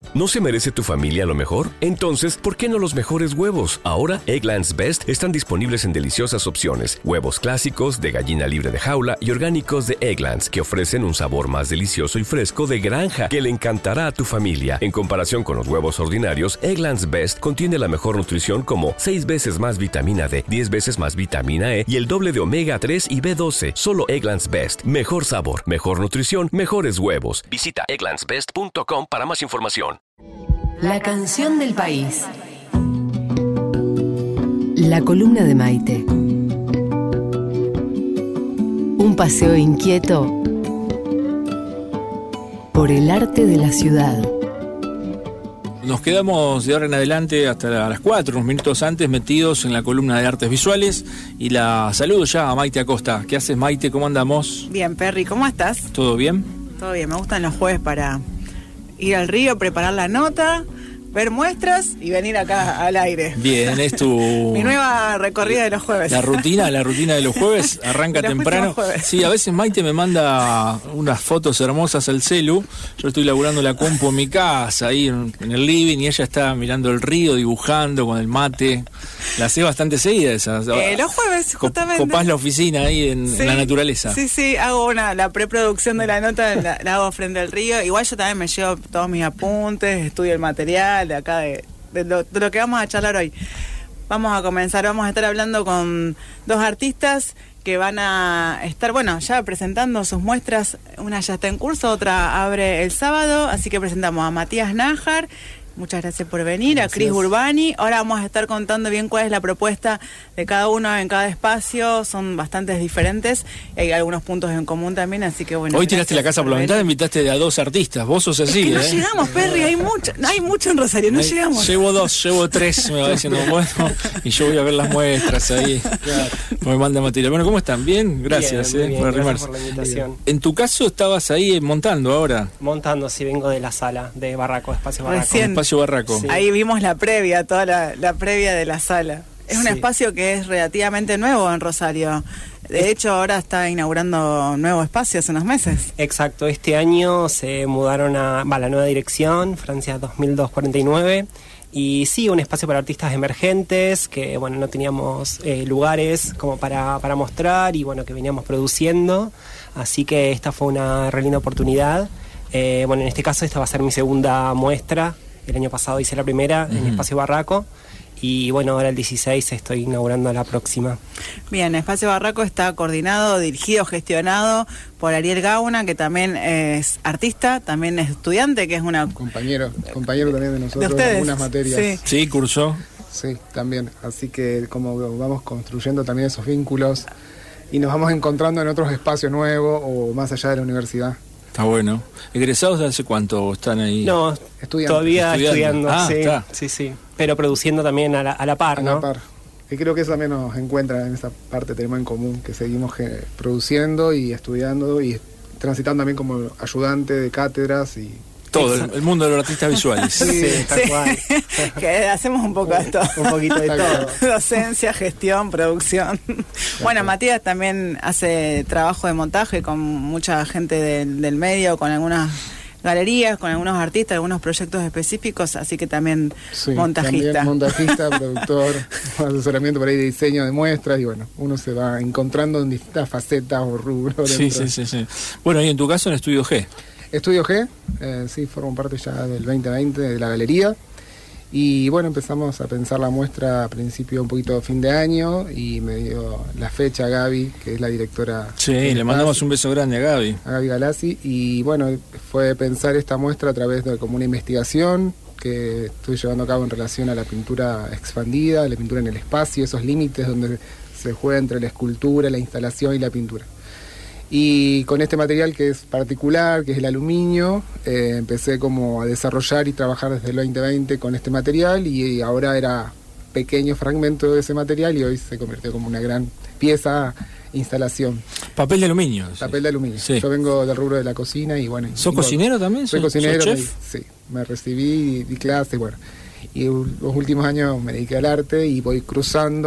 ¿No se merece tu familia lo mejor? Entonces, ¿por qué no los mejores huevos? Ahora, Eggland's Best están disponibles en deliciosas opciones. Huevos clásicos, de gallina libre de jaula y orgánicos de Eggland's, que ofrecen un sabor más delicioso y fresco de granja que le encantará a tu familia. En comparación con los huevos ordinarios, Eggland's Best contiene la mejor nutrición como 6 veces más vitamina D, 10 veces más vitamina E y el doble de omega 3 y B12. Solo Eggland's Best. Mejor sabor, mejor nutrición, mejores huevos. Visita egglandsbest.com para más información. La canción del país. La columna de Maite. Un paseo inquieto por el arte de la ciudad. Nos quedamos de ahora en adelante hasta las 4, unos minutos antes, metidos en la columna de artes visuales. Y la saludo ya a Maite Acosta. ¿Qué haces, Maite? ¿Cómo andamos? Bien, Perry, ¿cómo estás? ¿Todo bien? Todo bien, me gustan los jueves para ir al río, preparar la nota, ver muestras y venir acá al aire. Bien, es tu... Mi nueva recorrida de los jueves. La rutina de los jueves arranca temprano. Sí, a veces Maite me manda unas fotos hermosas al celu. Yo estoy laburando la compu en mi casa, ahí en el living, y ella está mirando el río, dibujando con el mate. La hace bastante seguida esa. Los jueves, justamente. Copás la oficina ahí en la naturaleza. Sí, hago la preproducción de la nota, la hago frente al río. Igual yo también me llevo todos mis apuntes, estudio el material de acá de lo que vamos a charlar hoy. Vamos a comenzar, vamos a estar hablando con dos artistas que van a estar, ya presentando sus muestras. Una ya está en curso, otra abre el sábado, así que presentamos a Matías Nájar. Muchas gracias por venir. Gracias. A Cris Urbani. Ahora vamos a estar contando bien cuál es la propuesta de cada uno en cada espacio. Son bastantes diferentes. Hay algunos puntos en común también, así que bueno. Hoy tiraste la casa por la ventana, invitaste a 2 artistas. Vos sos así, no llegamos, Perry, hay mucho en Rosario, no llegamos. Llevo 3, me va diciendo, y yo voy a ver las muestras ahí. Claro. Me manda material. Bueno, ¿cómo están? ¿Bien? Gracias, bien, por arrimarse. Gracias por la invitación. En tu caso estabas ahí montando ahora. Montando, sí, vengo de la sala de Barraco, Espacio Barraco. Espacio Barraco. Sí. Ahí vimos la previa, toda la previa de la sala. Es un espacio que es relativamente nuevo en Rosario. De hecho, ahora está inaugurando nuevo espacio hace unos meses. Exacto, este año se mudaron a la nueva dirección, Francia 2249. Y sí, un espacio para artistas emergentes, que no teníamos lugares como para mostrar y que veníamos produciendo. Así que esta fue una re linda oportunidad. En este caso esta va a ser mi segunda muestra. El año pasado hice la primera en Espacio Barraco y ahora el 16 estoy inaugurando la próxima. Bien, Espacio Barraco está coordinado, dirigido, gestionado por Ariel Gauna, que también es artista, también es estudiante, que es una... Compañero también de nosotros, de ustedes, en algunas materias. Sí, cursó. Sí, también. Así que como vamos construyendo también esos vínculos y nos vamos encontrando en otros espacios nuevos o más allá de la universidad. Está bueno. ¿Egresados de hace cuánto están ahí? No, todavía estudiando. Está. Sí. Pero produciendo también a la par, ¿no? A la par. Y creo que eso también nos encuentra en esa parte, tenemos en común, que seguimos produciendo y estudiando y transitando también como ayudante de cátedras y... Todo, el mundo de los artistas visuales. Sí, tal cual. Que hacemos un poco de todo. Un poquito de todo. Docencia, gestión, producción. Bueno, Matías también hace trabajo de montaje con mucha gente del medio, con algunas galerías, con algunos artistas, algunos proyectos específicos, así que también montajista. También montajista, productor, asesoramiento por ahí de diseño de muestras y uno se va encontrando en distintas facetas o rubros. Sí. Bueno, y en tu caso en Estudio G. Estudio G, sí, formo parte ya del 2020 de la galería y empezamos a pensar la muestra a principio un poquito de fin de año y me dio la fecha Gaby, que es la directora. Sí, le mandamos un beso grande a Gaby. A Gaby Galassi y fue pensar esta muestra a través de como una investigación que estoy llevando a cabo en relación a la pintura expandida, la pintura en el espacio, esos límites donde se juega entre la escultura, la instalación y la pintura. Y con este material que es particular, que es el aluminio, empecé como a desarrollar y trabajar desde el 2020 con este material y ahora era pequeño fragmento de ese material y hoy se convirtió como una gran pieza, instalación. Papel de aluminio. Papel de aluminio. Sí. Yo vengo del rubro de la cocina y ¿Sos cocinero también? Soy cocinero. ¿Sos chef? Sí, me recibí, di clase y los últimos años me dediqué al arte y voy cruzando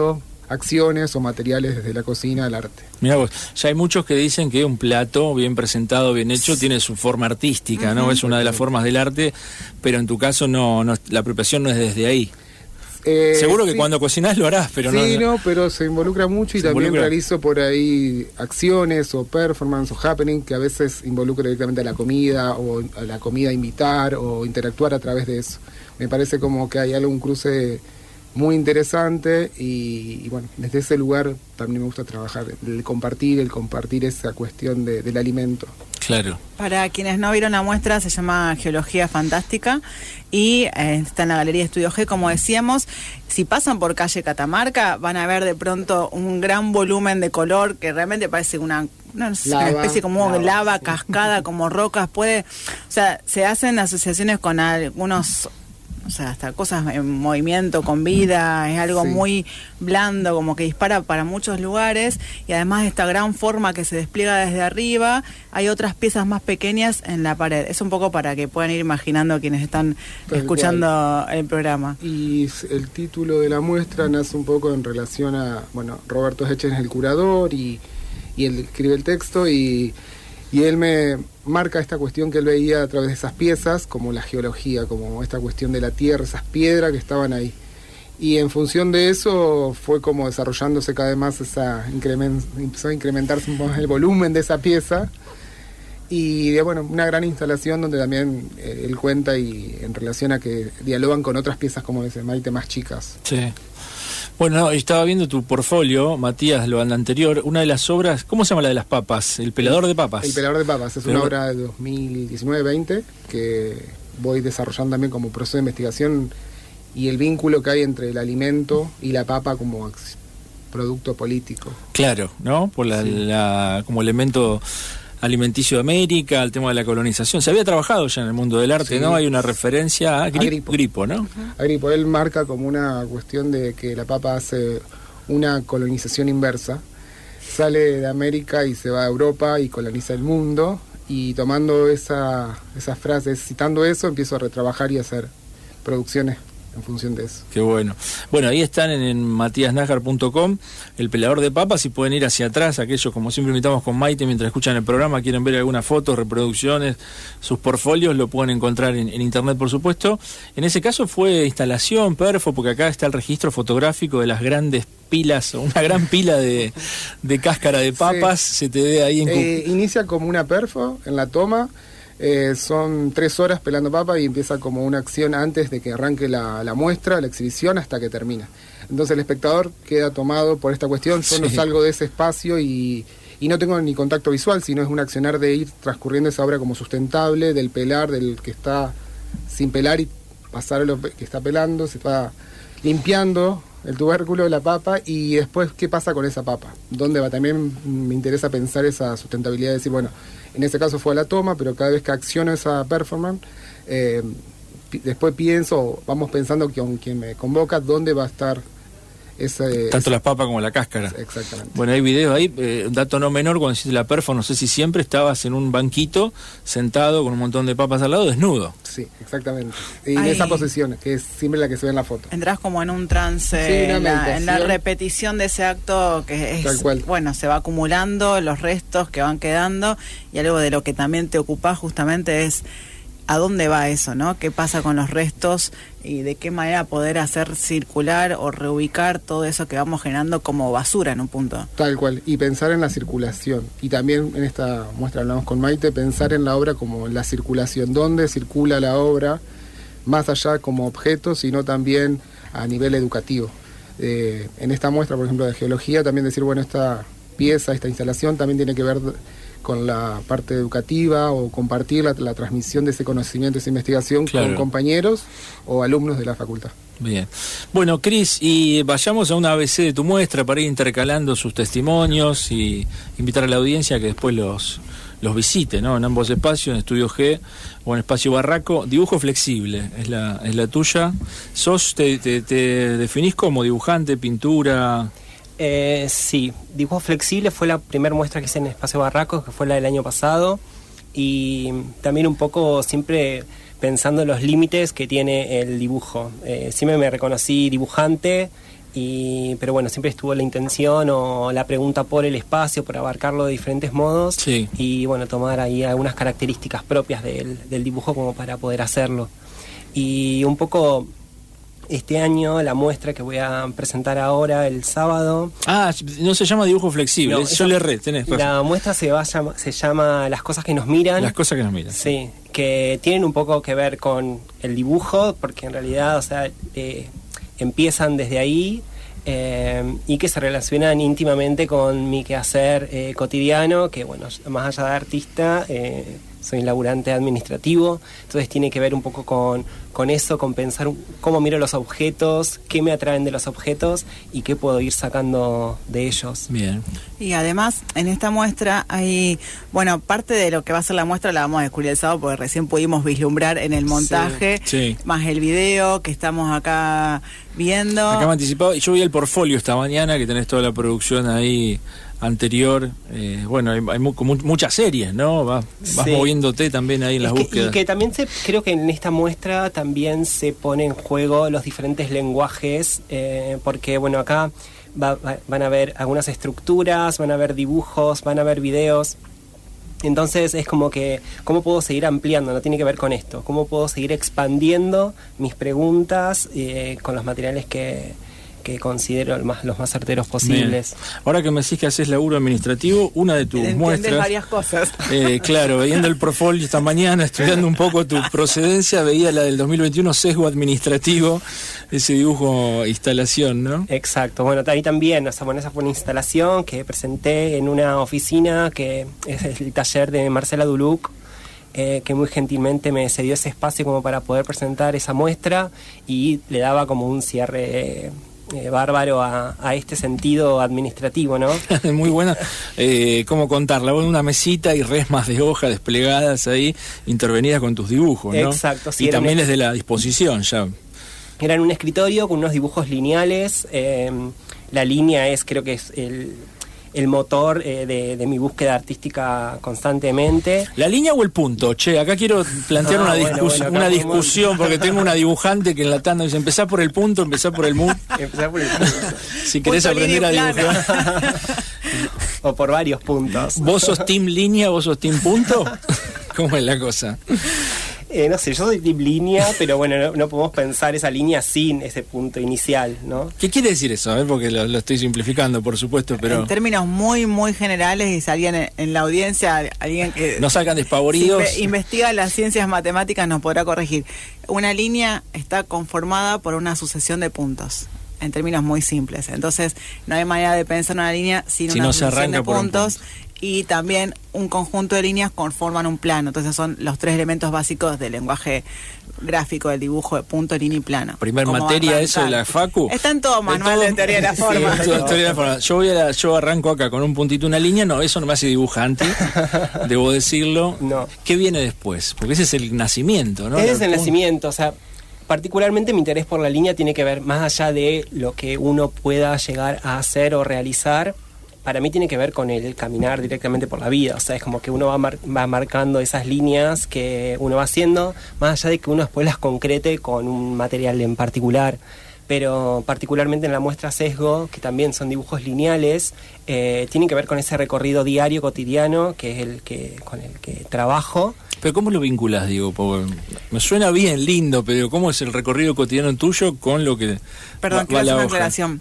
acciones o materiales desde la cocina al arte. Mirá vos, ya hay muchos que dicen que un plato bien presentado, bien hecho, tiene su forma artística, ¿no? Es una de las formas del arte, pero en tu caso no la apropiación no es desde ahí. Seguro que cuando cocinás lo harás, pero pero se involucra mucho y también realizo por ahí acciones o performance o happening que a veces involucra directamente a la comida o a la comida invitar o interactuar a través de eso. Me parece como que hay algún cruce muy interesante y bueno, desde ese lugar también me gusta trabajar, el compartir esa cuestión del alimento. Claro. Para quienes no vieron la muestra, se llama Geología Fantástica y está en la Galería Estudio G, como decíamos. Si pasan por calle Catamarca, van a ver de pronto un gran volumen de color que realmente parece una especie como lava, cascada, como rocas. Se hacen asociaciones con algunos... hasta cosas en movimiento, con vida, es algo muy blando, como que dispara para muchos lugares, y además de esta gran forma que se despliega desde arriba, hay otras piezas más pequeñas en la pared. Es un poco para que puedan ir imaginando quienes están escuchando el programa. Y el título de la muestra nace un poco en relación a, Roberto Hechen es el curador y él escribe el texto y él me marca esta cuestión que él veía a través de esas piezas, como la geología, como esta cuestión de la tierra, esas piedras que estaban ahí. Y en función de eso fue como desarrollándose cada vez más empezó a incrementarse un poco el volumen de esa pieza. Y una gran instalación donde también él cuenta y en relación a que dialogan con otras piezas como ese Maite más chicas. Sí. Bueno, estaba viendo tu portfolio, Matías, lo anterior, una de las obras, ¿cómo se llama la de las papas? El pelador de papas. El pelador de papas, es una obra de 2019-20 que voy desarrollando también como proceso de investigación y el vínculo que hay entre el alimento y la papa como producto político. Claro, ¿no? Por como elemento alimenticio de América, el tema de la colonización. Se había trabajado ya en el mundo del arte, ¿no? Hay una referencia a Gripo, ¿no? Agripo, él marca como una cuestión de que la papa hace una colonización inversa. Sale de América y se va a Europa y coloniza el mundo. Y tomando esas frases, citando eso, empiezo a retrabajar y a hacer producciones en función de eso. Qué bueno. Bueno, ahí están en matiasnajar.com, el pelador de papas, y pueden ir hacia atrás, aquellos, como siempre invitamos con Maite, mientras escuchan el programa, quieren ver algunas fotos, reproducciones, sus portfolios, lo pueden encontrar en internet, por supuesto. En ese caso fue instalación, perfo, porque acá está el registro fotográfico de las grandes pilas, una gran pila de cáscara de papas, se te ve ahí en... Inicia como una perfo en la toma. Son 3 horas pelando papa y empieza como una acción antes de que arranque la muestra, la exhibición, hasta que termina. Entonces el espectador queda tomado por esta cuestión. Yo no salgo de ese espacio y no tengo ni contacto visual, sino es un accionar de ir transcurriendo esa obra como sustentable, del pelar, del que está sin pelar y pasar a lo que está pelando, se va limpiando el tubérculo de la papa y después qué pasa con esa papa, dónde va. También me interesa pensar esa sustentabilidad, de decir, bueno, en este caso fue a la toma, pero cada vez que acciono esa performance, después vamos pensando que con quien me convoca, dónde va a estar tanto las papas como la cáscara. Exactamente. Bueno, hay videos ahí, un dato no menor, cuando hiciste la perfo, no sé si siempre estabas en un banquito, sentado con un montón de papas al lado, desnudo. Sí, exactamente. Y en esa posición, que es siempre la que se ve en la foto. Entrás como en un trance, en la repetición de ese acto que es, tal cual. Bueno, se va acumulando los restos que van quedando, y algo de lo que también te ocupás justamente es ¿a dónde va eso, no? ¿Qué pasa con los restos y de qué manera poder hacer circular o reubicar todo eso que vamos generando como basura en un punto? Tal cual, y pensar en la circulación. Y también en esta muestra hablamos con Maite, pensar en la obra como en la circulación, dónde circula la obra, más allá como objeto, sino también a nivel educativo. En esta muestra, por ejemplo, de geología, también decir, bueno, esta pieza, esta instalación también tiene que ver con la parte educativa o compartir la transmisión de ese conocimiento, esa investigación con compañeros o alumnos de la facultad. Bien. Bueno, Cris, y vayamos a una ABC de tu muestra para ir intercalando sus testimonios y invitar a la audiencia a que después los visite, ¿no? En ambos espacios, en Estudio G o en Espacio Barraco. Dibujo flexible es la tuya. ¿Te definís como dibujante, pintura? Sí, dibujo flexible fue la primera muestra que hice en Espacio Barraco, que fue la del año pasado, y también un poco siempre pensando en los límites que tiene el dibujo. Siempre me reconocí dibujante, Pero bueno, siempre estuvo la intención o la pregunta por el espacio, por abarcarlo de diferentes modos. Sí. Y bueno, tomar ahí algunas características propias del dibujo como para poder hacerlo. Y un poco este año la muestra que voy a presentar ahora el sábado. No se llama dibujo flexible, No, yo le erré, tenés razón. La muestra se llama Las cosas que nos miran. Las cosas que nos miran. Sí, que tienen un poco que ver con el dibujo, porque en realidad, o sea, empiezan desde ahí y que se relacionan íntimamente con mi quehacer cotidiano, que bueno, más allá de artista, soy un laburante administrativo, entonces tiene que ver un poco con eso, con pensar cómo miro los objetos, qué me atraen de los objetos y qué puedo ir sacando de ellos. Bien. Y además, en esta muestra hay, bueno, parte de lo que va a ser la muestra la vamos a descubrir el sábado porque recién pudimos vislumbrar en el montaje, Sí. más el video que estamos acá viendo. Acá me anticipado, y yo vi el portfolio esta mañana, que tenés toda la producción ahí anterior. Bueno, hay muchas series, ¿no? Vas moviéndote también ahí en las búsquedas. Y que también creo que en esta muestra también se pone en juego los diferentes lenguajes, porque bueno, acá van a ver algunas estructuras, van a ver dibujos, van a ver videos. Entonces es como que, ¿cómo puedo seguir ampliando? No tiene que ver con esto. ¿Cómo puedo seguir expandiendo mis preguntas con los materiales que considero los más certeros posibles? Bien. Ahora que me decís que haces laburo administrativo, una de tus muestras... varias cosas. Claro, viendo el portfolio esta mañana, estudiando un poco tu procedencia, veía la del 2021, sesgo administrativo, ese dibujo instalación, ¿no? Exacto, bueno, ahí también, esa fue una instalación que presenté en una oficina que es el taller de Marcela Duluc, que muy gentilmente me cedió ese espacio como para poder presentar esa muestra y le daba como un cierre bárbaro a este sentido administrativo, ¿no? Muy buena. ¿Cómo contarla? Bueno, una mesita y resmas de hoja desplegadas ahí, intervenidas con tus dibujos, ¿no? Exacto. Sí, y también es de la disposición ya. Era en un escritorio con unos dibujos lineales. La línea creo que es el motor de mi búsqueda artística constantemente. ¿La línea o el punto? Che, acá quiero plantear una discusión, porque tengo una dibujante que en la tanda dice, empezá por el punto, empezá por el mood. Empezá por el punto. Si querés Punto, aprender a dibujar. O por varios puntos. ¿Vos sos team línea, vos sos team punto? ¿Cómo es la cosa? No sé, yo soy team línea, pero bueno, no podemos pensar esa línea sin ese punto inicial, ¿no? ¿Qué quiere decir eso? A ver, porque lo estoy simplificando, por supuesto, pero... En términos muy, muy generales, y si alguien en la audiencia, alguien que... No salgan despavoridos. Si investiga las ciencias matemáticas nos podrá corregir. Una línea está conformada por una sucesión de puntos, en términos muy simples. Entonces, no hay manera de pensar una línea sin una sucesión de puntos. Y también un conjunto de líneas conforman un plano. Entonces son los tres elementos básicos del lenguaje gráfico, del dibujo de punto, línea y plano. Primer materia eso de la Facu. Está en todo manual de teoría de la forma. Sí, teoría de la forma. Yo arranco acá con un puntito, una línea. No, eso no me hace dibujante, debo decirlo. No. ¿Qué viene después? Porque ese es el nacimiento, ¿no? Ese es el nacimiento, o sea... Particularmente mi interés por la línea tiene que ver más allá de lo que uno pueda llegar a hacer o realizar. Para mí tiene que ver con el caminar directamente por la vida. O sea, es como que uno va marcando esas líneas que uno va haciendo, más allá de que uno después las concrete con un material en particular. Pero particularmente en la muestra Sesgo, que también son dibujos lineales, tienen que ver con ese recorrido diario, cotidiano, que es con el que trabajo. Pero ¿cómo lo vinculas, Diego? Porque me suena bien, lindo, pero ¿cómo es el recorrido cotidiano tuyo con lo que Perdón, quiero hacer una aclaración.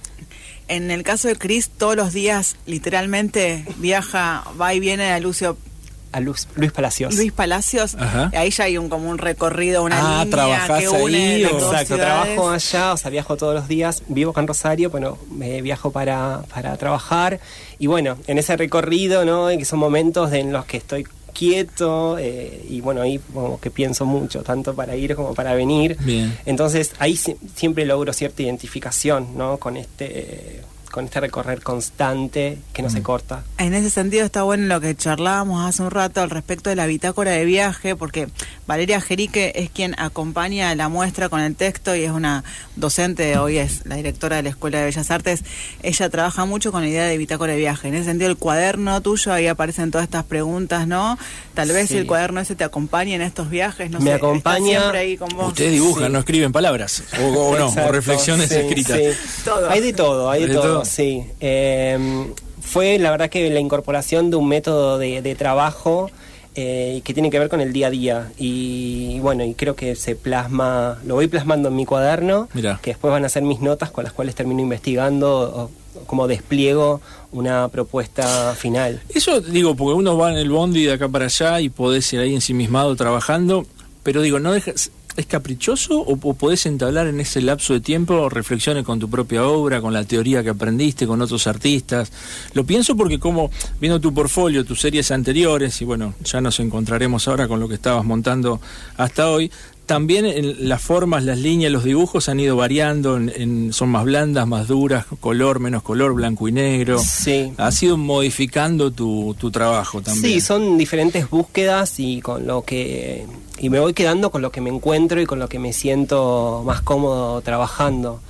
En el caso de Cris, todos los días, literalmente, va y viene a Luis Palacios. Luis Palacios. Ajá. Ahí ya hay como un recorrido, una línea ¿trabajás que une ahí, las o? dos Exacto, ciudades. trabajo allá, o sea, viajo todos los días, vivo acá en Rosario, bueno, viajo para trabajar, y bueno, en ese recorrido, ¿no? Que son momentos en los que estoy quieto, y bueno, ahí como que pienso mucho, tanto para ir como para venir. Bien. Entonces ahí siempre logro cierta identificación, ¿no? Con con este recorrer constante que no se corta. En ese sentido está bueno lo que charlábamos hace un rato al respecto de la bitácora de viaje, porque Valeria Jerique es quien acompaña la muestra con el texto y es una docente, hoy es la directora de la Escuela de Bellas Artes. Ella trabaja mucho con la idea de bitácora de viaje. En ese sentido, el cuaderno tuyo, ahí aparecen todas estas preguntas, ¿no? Tal vez el cuaderno ese te acompaña en estos viajes, no me sé, acompaña, siempre ahí con vos. Ustedes dibujan, no escriben palabras, o no, o reflexiones escritas. Sí. Todo. Hay de todo, sí. Fue la verdad que la incorporación de un método de trabajo que tiene que ver con el día a día, y bueno, y creo que se plasma, lo voy plasmando en mi cuaderno. Mirá. Que después van a ser mis notas con las cuales termino investigando como despliego una propuesta final. Eso digo, porque uno va en el bondi de acá para allá y podés ir ahí ensimismado trabajando, pero digo, no dejas... ¿Es caprichoso o podés entablar en ese lapso de tiempo reflexiones con tu propia obra, con la teoría que aprendiste, con otros artistas? Lo pienso porque como viendo tu portfolio, tus series anteriores, y bueno, ya nos encontraremos ahora con lo que estabas montando hasta hoy, también en las formas, las líneas, los dibujos han ido variando, son más blandas, más duras, color, menos color, blanco y negro. Sí. Has ido modificando tu trabajo también. Sí, son diferentes búsquedas y con lo que... Y me voy quedando con lo que me encuentro y con lo que me siento más cómodo trabajando.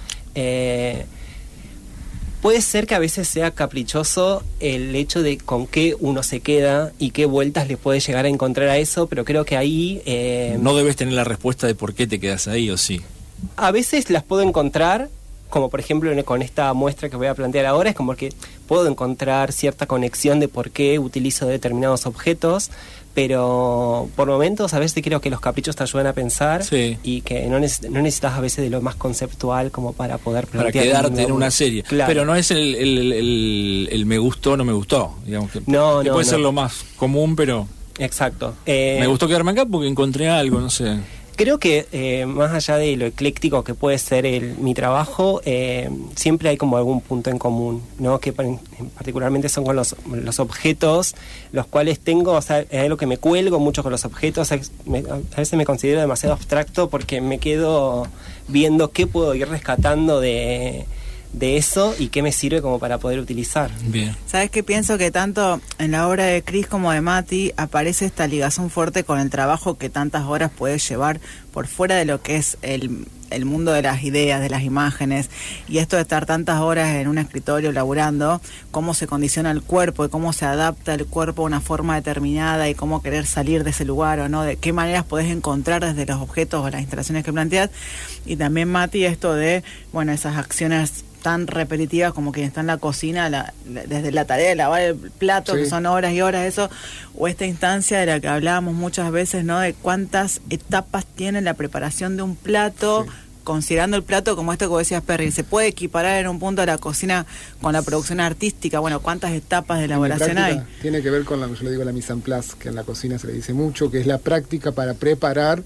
Puede ser que a veces sea caprichoso el hecho de con qué uno se queda y qué vueltas le puede llegar a encontrar a eso, pero creo que ahí... no debes tener la respuesta de por qué te quedas ahí, ¿o sí? A veces las puedo encontrar, como por ejemplo con esta muestra que voy a plantear ahora, es como que puedo encontrar cierta conexión de por qué utilizo determinados objetos, pero por momentos a veces creo que los caprichos te ayudan a pensar, sí, y que no necesitas a veces de lo más conceptual como para poder plantear. Para quedarte en una serie. Claro. Pero no es el me gustó, no me gustó. Digamos que puede ser lo más común, pero... Exacto. Me gustó quedarme acá porque encontré algo, no sé... Creo que más allá de lo ecléctico que puede ser mi trabajo, siempre hay como algún punto en común, ¿no? Que particularmente son con los objetos, los cuales tengo, o sea, es algo que me cuelgo mucho con los objetos. A veces me considero demasiado abstracto porque me quedo viendo qué puedo ir rescatando de eso y qué me sirve como para poder utilizar. Bien. ¿Sabes qué? Pienso que tanto en la obra de Cris como de Mati aparece esta ligación fuerte con el trabajo que tantas horas puedes llevar por fuera de lo que es el mundo de las ideas, de las imágenes, y esto de estar tantas horas en un escritorio laburando, cómo se condiciona el cuerpo y cómo se adapta el cuerpo a una forma determinada y cómo querer salir de ese lugar o no, de qué maneras podés encontrar desde los objetos o las instalaciones que planteás. Y también, Mati, esto de, bueno, esas acciones tan repetitivas como quien está en la cocina, desde la tarea de lavar el plato, sí, que son horas y horas, eso, o esta instancia de la que hablábamos muchas veces, ¿no? De cuántas etapas tiene la preparación de un plato, sí, considerando el plato como esto que vos decías, Perry, ¿se puede equiparar en un punto a la cocina con la producción artística? Bueno, ¿cuántas etapas de elaboración hay? Tiene que ver con yo le digo la mise en place, que en la cocina se le dice mucho, que es la práctica para preparar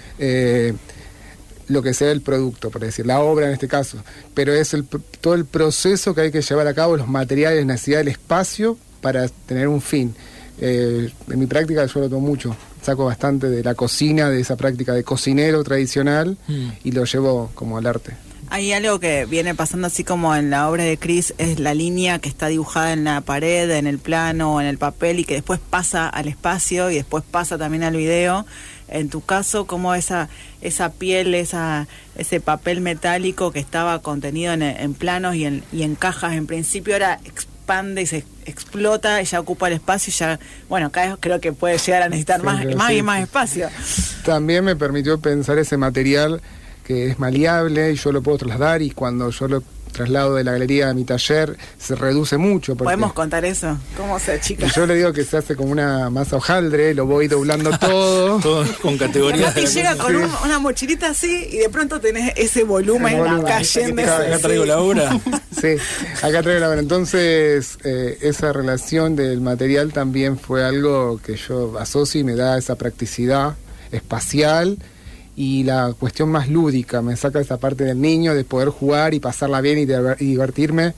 lo que sea el producto, por decir, la obra en este caso, pero es todo el proceso que hay que llevar a cabo, los materiales, la necesidad del espacio para tener un fin. En mi práctica yo lo tomo mucho, saco bastante de la cocina, de esa práctica de cocinero tradicional, y lo llevo como al arte. Hay algo que viene pasando así como en la obra de Cris, es la línea que está dibujada en la pared, en el plano, en el papel, y que después pasa al espacio y después pasa también al video. En tu caso, ¿cómo esa piel, ese papel metálico que estaba contenido en planos y en cajas, en principio ahora expande y se explota y ya ocupa el espacio y ya, bueno, cada vez creo que puede llegar a necesitar más y más espacio? También me permitió pensar ese material que es maleable y yo lo puedo trasladar, y cuando yo lo traslado de la galería a mi taller se reduce mucho. ¿Podemos contar eso? ¿Cómo se achica? Yo le digo que se hace como una masa hojaldre, lo voy doblando todo. Todo con categorías. Y llega con una mochilita así y de pronto tenés ese volumen cayendo. Acá traigo la obra. Sí, acá traigo la obra. Entonces, esa relación del material también fue algo que yo asocio y me da esa practicidad espacial. Y la cuestión más lúdica, me saca esa parte del niño, de poder jugar y pasarla bien y divertirme,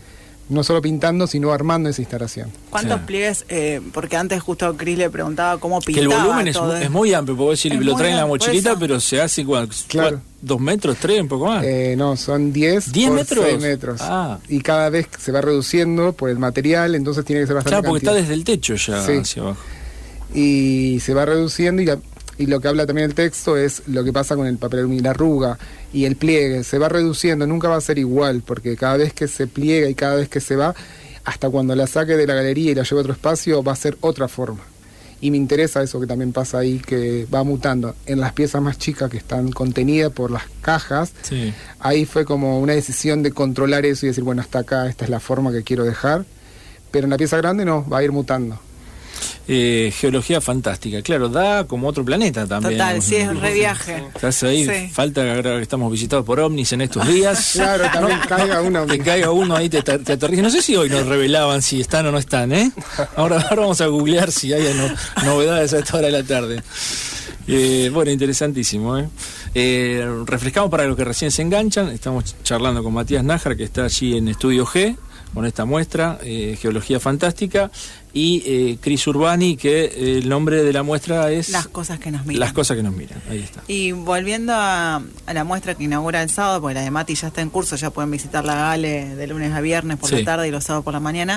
no solo pintando, sino armando esa instalación. ¿Cuántos pliegues? Porque antes justo Cris le preguntaba cómo pintaba. Que el volumen todo es muy amplio, puedo decir, lo traen en la mochilita, pero se hace claro. 2 metros, 3, un poco más. No, son 10 por metros? 6 metros. Ah. Y cada vez se va reduciendo por el material, entonces tiene que ser bastante Claro, porque cantidad. está desde el techo ya hacia abajo. Y se va reduciendo y lo que habla también el texto es lo que pasa con el papel aluminio, la arruga y el pliegue, se va reduciendo, nunca va a ser igual, porque cada vez que se pliega y cada vez que se va, hasta cuando la saque de la galería y la lleve a otro espacio, va a ser otra forma. Y me interesa eso que también pasa ahí, que va mutando. En las piezas más chicas que están contenidas por las cajas, sí. Ahí fue como una decisión de controlar eso y decir, bueno, hasta acá, esta es la forma que quiero dejar. Pero en la pieza grande no, va a ir mutando. Geología fantástica, claro, da como otro planeta también. Total, sí, es un re viaje. Estás ahí, Sí. falta que estamos visitados por ovnis en estos días. Claro, también caiga uno. Que caiga uno ahí, te aterriza. No sé si hoy nos revelaban si están o no están, ¿eh? Ahora vamos a googlear si hay novedades a esta hora de la tarde. Bueno, interesantísimo, refrescamos para los que recién se enganchan. Estamos charlando con Matías Nájar, que está allí en Estudio G con esta muestra, Geología Fantástica, y Cris Urbani, que el nombre de la muestra es Las cosas que nos miran. Las cosas que nos miran, ahí está. Y volviendo a la muestra que inaugura el sábado, porque la de Mati ya está en curso, ya pueden visitar la Gale de lunes a viernes por la tarde y los sábados por la mañana.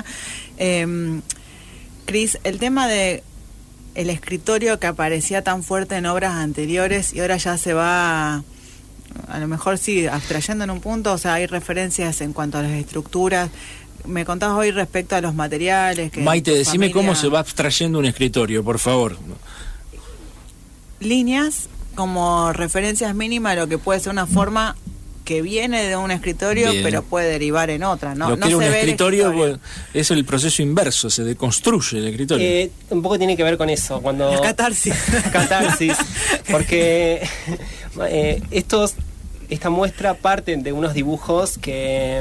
Cris, el tema de el escritorio que aparecía tan fuerte en obras anteriores y ahora ya se va, a lo mejor sí, abstrayendo en un punto, o sea, hay referencias en cuanto a las estructuras. Me contabas hoy respecto a los materiales. Que Maite, decime cómo se va abstrayendo un escritorio, por favor. Líneas como referencias mínimas de lo que puede ser una forma que viene de un escritorio, Bien. pero puede derivar en otra. No, Lo que no era un se ve el escritorio, pues, es el proceso inverso, se deconstruye el escritorio. Un poco tiene que ver con eso. Cuando La catarsis. Catarsis. Porque esta muestra parte de unos dibujos que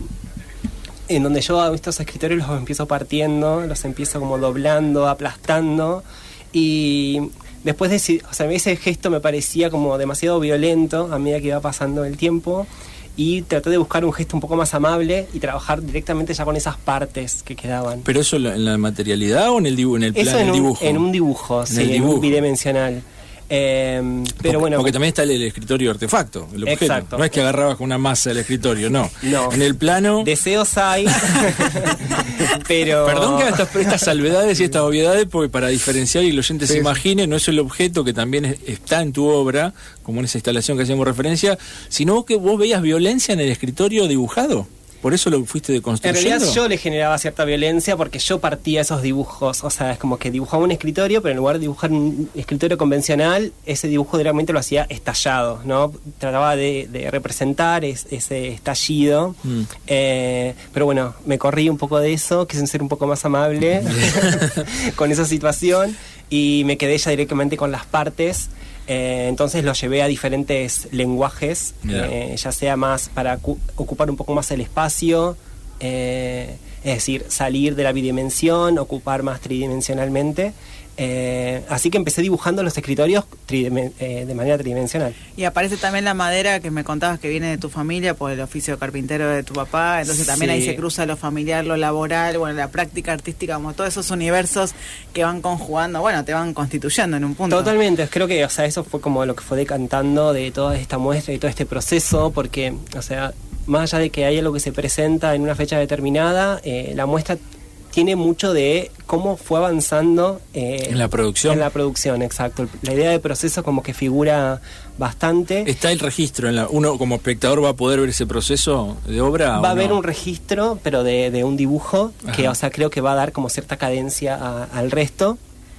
en donde yo a estos escritorios los empiezo partiendo, los empiezo como doblando, aplastando, y después ese gesto me parecía como demasiado violento a medida que iba pasando el tiempo, y traté de buscar un gesto un poco más amable y trabajar directamente ya con esas partes que quedaban. ¿Pero eso en la materialidad o en el dibujo? En el plan, eso en el dibujo. En un dibujo, en un bidimensional. Pero bueno, porque también está el escritorio artefacto, el objeto. Exacto. No es que agarrabas con una masa el escritorio, no. En el plano. Deseos hay, pero. Perdón que haga estas salvedades y estas obviedades, porque para diferenciar y el oyente se imagine, no es el objeto que también está en tu obra, como en esa instalación que hacíamos referencia, sino que vos veías violencia en el escritorio dibujado. ¿Por eso lo fuiste deconstruyendo? En realidad yo le generaba cierta violencia porque yo partía esos dibujos. O sea, es como que dibujaba un escritorio, pero en lugar de dibujar un escritorio convencional, ese dibujo realmente lo hacía estallado, ¿no? Trataba de representar ese estallido. Pero bueno, me corrí un poco de eso, quise ser un poco más amable con esa situación y me quedé ya directamente con las partes. Entonces lo llevé a diferentes lenguajes, ya sea más para ocupar un poco más el espacio, es decir, salir de la bidimensión, ocupar más tridimensionalmente. Así que empecé dibujando los escritorios de manera tridimensional. Y aparece también la madera que me contabas que viene de tu familia por el oficio de carpintero de tu papá, entonces también ahí se cruza lo familiar, lo laboral, bueno, la práctica artística, como todos esos universos que van conjugando, bueno, te van constituyendo en un punto. Totalmente, creo que, o sea, eso fue como lo que fue decantando de toda esta muestra y todo este proceso, porque, o sea, más allá de que hay algo que se presenta en una fecha determinada, la muestra tiene mucho de cómo fue avanzando en la producción. En la producción, exacto. La idea de proceso como que figura bastante. ¿Está el registro? ¿Uno como espectador va a poder ver ese proceso de obra? Va a haber un registro, pero de un dibujo, que, o sea, creo que va a dar como cierta cadencia al resto.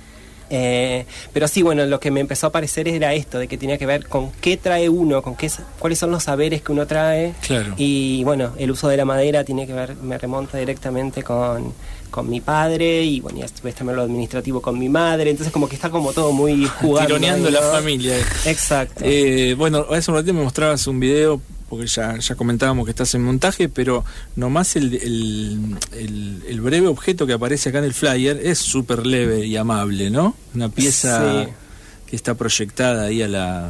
Pero sí, bueno, lo que me empezó a parecer era esto, de que tenía que ver con qué trae uno, cuáles son los saberes que uno trae. Claro. Y bueno, el uso de la madera tiene que ver, me remonta directamente con mi padre, y bueno, y después también lo administrativo con mi madre, entonces como que está como todo muy jugando. Tironeando ahí, ¿no? la familia. Exacto. Bueno, hace un ratito me mostrabas un video, porque ya comentábamos que estás en montaje, pero nomás el breve objeto que aparece acá en el flyer es súper leve y amable, ¿no? Una pieza que está proyectada ahí a la...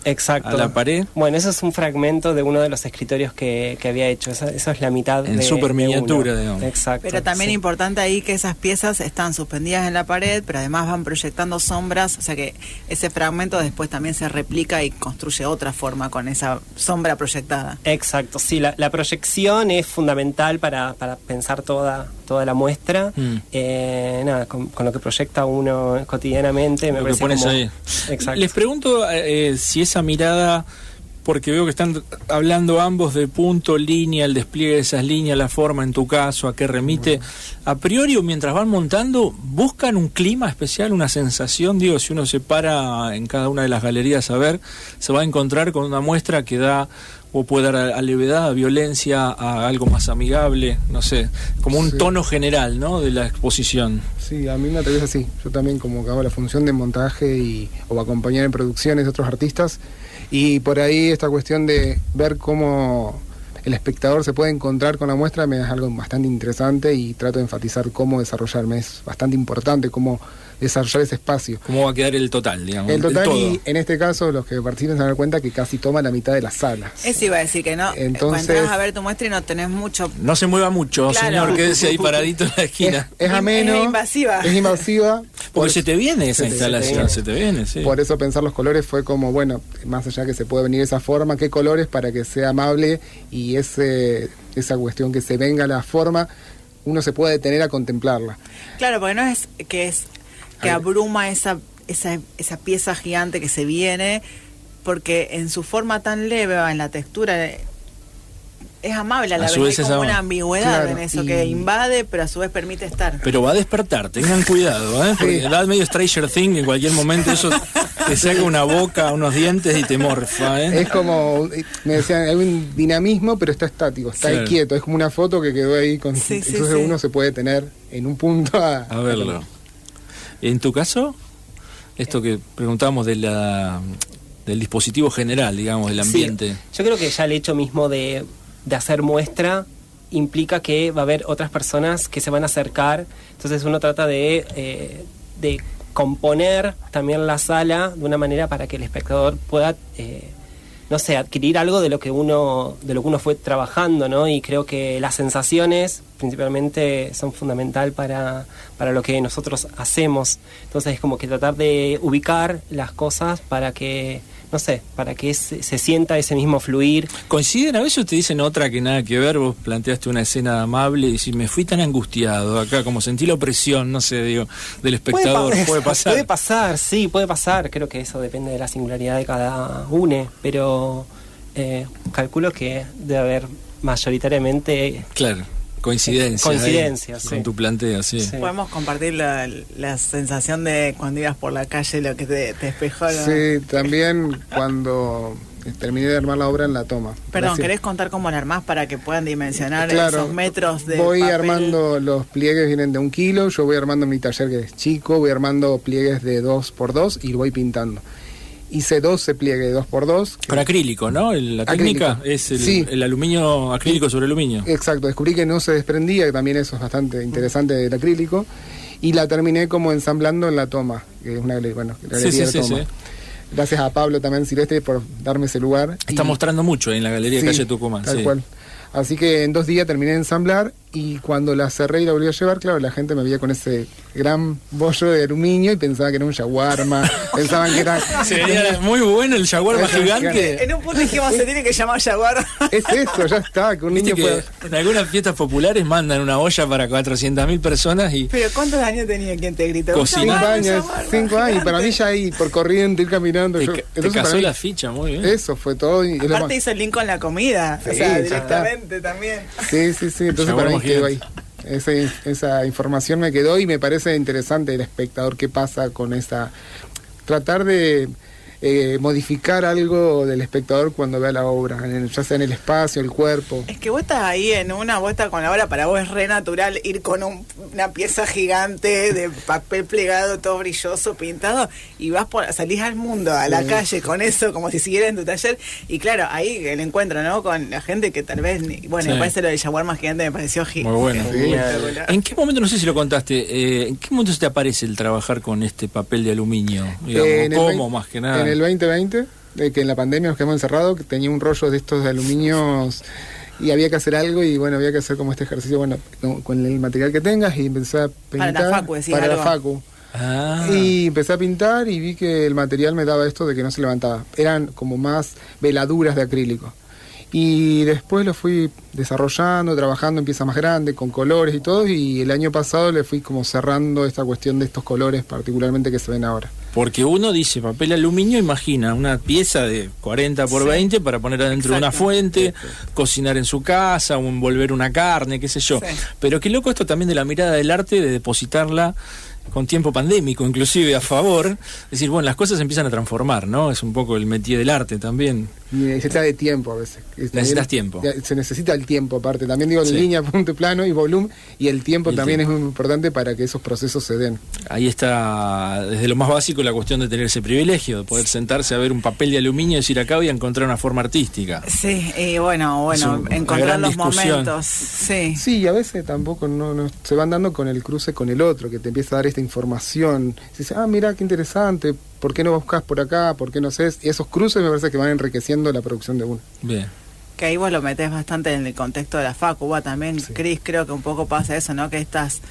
Exacto. a la pared. Bueno, eso es un fragmento de uno de los escritorios que había hecho. Eso es la mitad en super miniatura, digamos. Exacto. Pero también importante ahí que esas piezas están suspendidas en la pared, pero además van proyectando sombras, o sea que ese fragmento después también se replica y construye otra forma con esa sombra proyectada. Exacto, sí, la proyección es fundamental para pensar toda la muestra. Nada, con lo que proyecta uno cotidianamente, me Lo parece que pones como... ahí. Exacto. Les pregunto si esa mirada, porque veo que están hablando ambos de punto, línea, el despliegue de esas líneas, la forma en tu caso, a qué remite. A priori, o mientras van montando, ¿buscan un clima especial, una sensación? Digo, si uno se para en cada una de las galerías a ver, se va a encontrar con una muestra que da o puede dar a levedad, a violencia, a algo más amigable, no sé, como un tono general, ¿no?, de la exposición. Sí, a mí me atraviesa así. Yo también como que hago la función de montaje o acompañar en producciones de otros artistas, y por ahí esta cuestión de ver cómo el espectador se puede encontrar con la muestra me es algo bastante interesante, y trato de enfatizar cómo desarrollarme. Es bastante importante cómo desarrollar ese espacio. ¿Cómo va a quedar el total, digamos? El total, todo. y en este caso los que participan se van a dar cuenta que casi toma la mitad de las salas. Eso iba a decir que no. Entonces, cuando vas a ver tu muestra y no tenés mucho. No se mueva mucho, Claro. señor, quédese ahí paradito en la esquina. Es ameno. Es invasiva. Es invasiva. Porque se te viene esa se te instalación, viene. se te viene, sí. Por eso pensar los colores fue como, bueno, más allá que se puede venir de esa forma, qué colores para que sea amable, y esa cuestión que se venga la forma, uno se puede detener a contemplarla. Claro, porque no es que abruma esa pieza gigante que se viene, porque en su forma tan leve, en la textura, es amable a la su vez. vez Hay como es una amable. ambigüedad Claro, en eso, y- que invade, pero a su vez permite estar. Pero va a despertar, tengan cuidado, ¿eh? Porque Sí. da medio Stranger Things, en cualquier momento eso te saca una boca, unos dientes y te morfa, ¿eh? Es como, me decían, hay un dinamismo, pero está estático, está Claro. ahí quieto, es como una foto que quedó ahí, Sí, sí, entonces sí. uno se puede tener en un punto A verlo. En tu caso, esto que preguntábamos del dispositivo general, digamos, del ambiente. Sí, yo creo que ya el hecho mismo de hacer muestra implica que va a haber otras personas que se van a acercar, entonces uno trata de componer también la sala de una manera para que el espectador pueda no sé, adquirir algo de lo que uno fue trabajando, ¿no? Y creo que las sensaciones principalmente son fundamental para lo que nosotros hacemos. Entonces es como que tratar de ubicar las cosas para que, no sé, para que se sienta ese mismo fluir. ¿Coinciden a veces o te dicen otra que nada que ver? Vos planteaste una escena amable y si me fui tan angustiado acá, como sentí la opresión, no sé, digo, del espectador, puede pasar. Puede pasar, sí, puede pasar. Creo que eso depende de la singularidad de cada uno, pero calculo que debe haber mayoritariamente... Claro, coincidencias. Coincidencias, ahí, sí. con tu planteo, sí. Sí. Podemos compartir la sensación de cuando ibas por la calle, lo que te espejó, ¿no? Sí, también cuando terminé de armar la obra en la toma. Perdón, Gracias. ¿querés contar cómo la armás para que puedan dimensionar Claro, esos metros de voy papel? armando, los pliegues vienen de 1 kilo, yo voy armando mi taller que es chico, voy armando pliegues de 2x2 y voy pintando. Hice 12 pliegues de 2x2. Con acrílico, ¿no? La técnica Acrílico. es Sí. el aluminio, acrílico sobre aluminio. Exacto, descubrí que no se desprendía, que también eso es bastante interesante del acrílico, y la terminé como ensamblando en la toma, que es una galería Sí, de sí, toma. sí. Gracias a Pablo también Silvestre por darme ese lugar. Está mostrando mucho en la Galería Sí, Calle Tucumán. tal Sí. cual. Así que en 2 días terminé de ensamblar, y cuando la cerré y la volví a llevar, claro, la gente me veía con ese gran bollo de aluminio y pensaba que era un shawarma, pensaban que era... Sería muy bueno el jaguar más Eso, gigante. En un punto dijimos, se tiene que llamar Jaguar. Es eso, ya está, que un Viste niño que pueda... en algunas fiestas populares mandan una olla para 400.000 personas y Pero ¿cuántos años tenía quien te gritó? Cocina. 5 años, Jaguar, 5 años, y para mí gigante. ya ahí, por corriente, ir caminando. te, yo- te entonces para casó mí, la ficha, muy bien. eso fue todo. Y es lo Aparte más- hizo el link con la comida, Sí, o sea, ya directamente también. Sí, sí, sí, entonces Shawarma para mí quedó ahí. gigante. Esa información me quedó, y me parece interesante el espectador qué pasa con esa... Tratar de modificar algo del espectador cuando vea la obra, ya sea en el espacio, el cuerpo. Es que vos estás ahí vos estás con la obra, para vos es re natural ir con una pieza gigante de papel plegado, todo brilloso, pintado, y salís al mundo, a la calle con eso, como si siguieras en tu taller, y claro, ahí el encuentro, ¿no? Con la gente que tal vez, bueno, Sí. me parece lo del jaguar más gigante, me pareció Muy bueno. espectacular. ¿En qué momento, no sé si lo contaste, en qué momento se te aparece el trabajar con este papel de aluminio? Digamos, ¿cómo más que nada? En el 2020, que en la pandemia nos quedamos encerrados, que tenía un rollo de estos de aluminio y había que hacer algo y bueno, había que hacer como este ejercicio, bueno, con el material que tengas y empecé a pintar. Para la facu, decía Para algo. la facu. Ah. Y empecé a pintar y vi que el material me daba esto de que no se levantaba. Eran como más veladuras de acrílico. Y después lo fui desarrollando, trabajando en piezas más grandes, con colores y todo, y el año pasado le fui como cerrando esta cuestión de estos colores particularmente que se ven ahora. Porque uno dice papel aluminio, imagina una pieza de 40 por 20 para poner adentro de una fuente, cocinar en su casa, o envolver una carne, qué sé yo. Sí. Pero qué loco esto también de la mirada del arte, de depositarla con tiempo pandémico, inclusive a favor. Es decir, bueno, las cosas se empiezan a transformar, ¿no? Es un poco el métier del arte también. Y necesita de tiempo a veces. Necesitas tiempo. Se necesita el tiempo aparte. También digo en Sí. línea, punto y plano y volumen. Y el tiempo Y el también tiempo. es muy importante para que esos procesos se den. Ahí está, desde lo más básico, la cuestión de tener ese privilegio, de poder sentarse a ver un papel de aluminio y decir acá voy a encontrar una forma artística. Sí, y bueno, Es una encontrar gran los discusión. momentos. Sí. Sí, y a veces tampoco no se van dando con el cruce con el otro, que te empieza a dar esta información. Dices, mira qué interesante, ¿por qué no buscas por acá? ¿Por qué no haces? Y esos cruces me parece que van enriqueciendo la producción de uno. Bien. Que ahí vos lo metés bastante en el contexto de la facu, también, Sí. Cris, creo que un poco pasa eso, ¿no? Que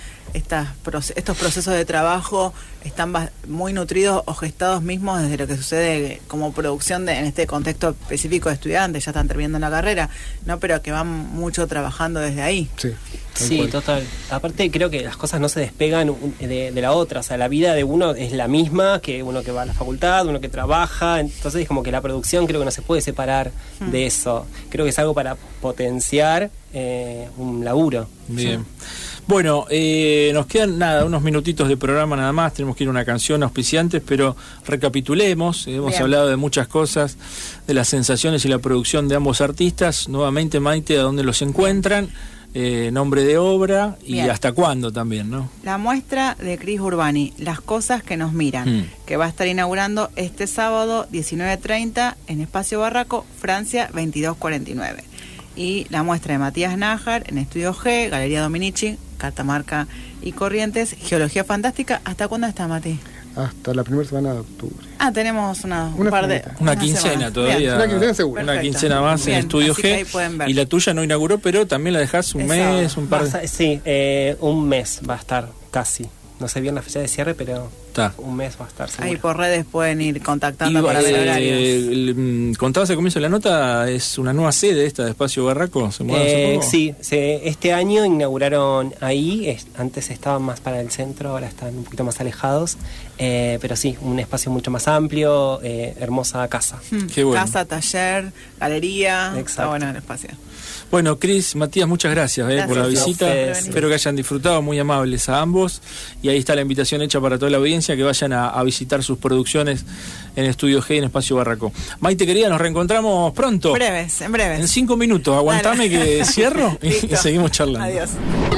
estos procesos de trabajo están muy nutridos o gestados mismos desde lo que sucede como producción en este contexto específico de estudiantes, ya están terminando la carrera, ¿no? Pero que van mucho trabajando desde ahí. Sí, tal Sí, cual. total. Aparte creo que las cosas no se despegan de la otra, o sea, la vida de uno es la misma que uno que va a la facultad, uno que trabaja, entonces es como que la producción creo que no se puede separar de eso. Creo que es algo para potenciar un laburo. Bien. Bueno, nos quedan unos minutitos de programa nada más, tenemos que ir a una canción auspiciantes, pero recapitulemos, hemos Bien. hablado de muchas cosas, de las sensaciones y la producción de ambos artistas. Nuevamente, Maite, ¿a dónde los encuentran? Nombre de obra y Bien. hasta cuándo también, ¿no? La muestra de Cris Urbani, Las cosas que nos miran, que va a estar inaugurando este sábado 19:30 en Espacio Barraco, Francia 2249. Y la muestra de Matías Nájar en Estudio G, Galería Dominici, Catamarca y Corrientes, Geología Fantástica. ¿Hasta cuándo está, Mati? Hasta la primera semana de octubre. Tenemos un Una par de... semanita. Una quincena semana. todavía. Bien. Una quincena seguro. Una Perfecto. quincena más Bien, en Estudio así que ahí G. pueden ver. Y la tuya no inauguró, pero también la dejás un Exacto. mes, un par de... Sí, un mes va a estar casi. No sé bien la fecha de cierre, pero Está. un mes va a estar seguro. Ahí por redes pueden ir contactando para ver horarios. Contabas al comienzo de la nota, es una nueva sede esta de Espacio Barraco, ¿se mudaron hace poco? Sí, este año inauguraron ahí, antes estaban más para el centro, ahora están un poquito más alejados, pero sí, un espacio mucho más amplio, hermosa casa. Qué bueno. Casa, taller, galería. Está Exacto. bueno el espacio. Bueno, Cris, Matías, muchas gracias, Gracias por la a visita. ustedes. Espero que hayan disfrutado, muy amables a ambos. Y ahí está la invitación hecha para toda la audiencia, que vayan a visitar sus producciones en Estudio G, en Espacio Barraco. Maite, querida, nos reencontramos pronto. En breves. En 5 minutos, aguantame que cierro y Listo. seguimos charlando. Adiós.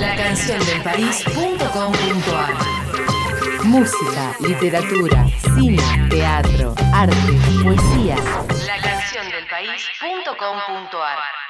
Lacanciondelpaís.com.ar Música, literatura, cine, teatro, arte, poesía. Lacanciondelpaís.com.ar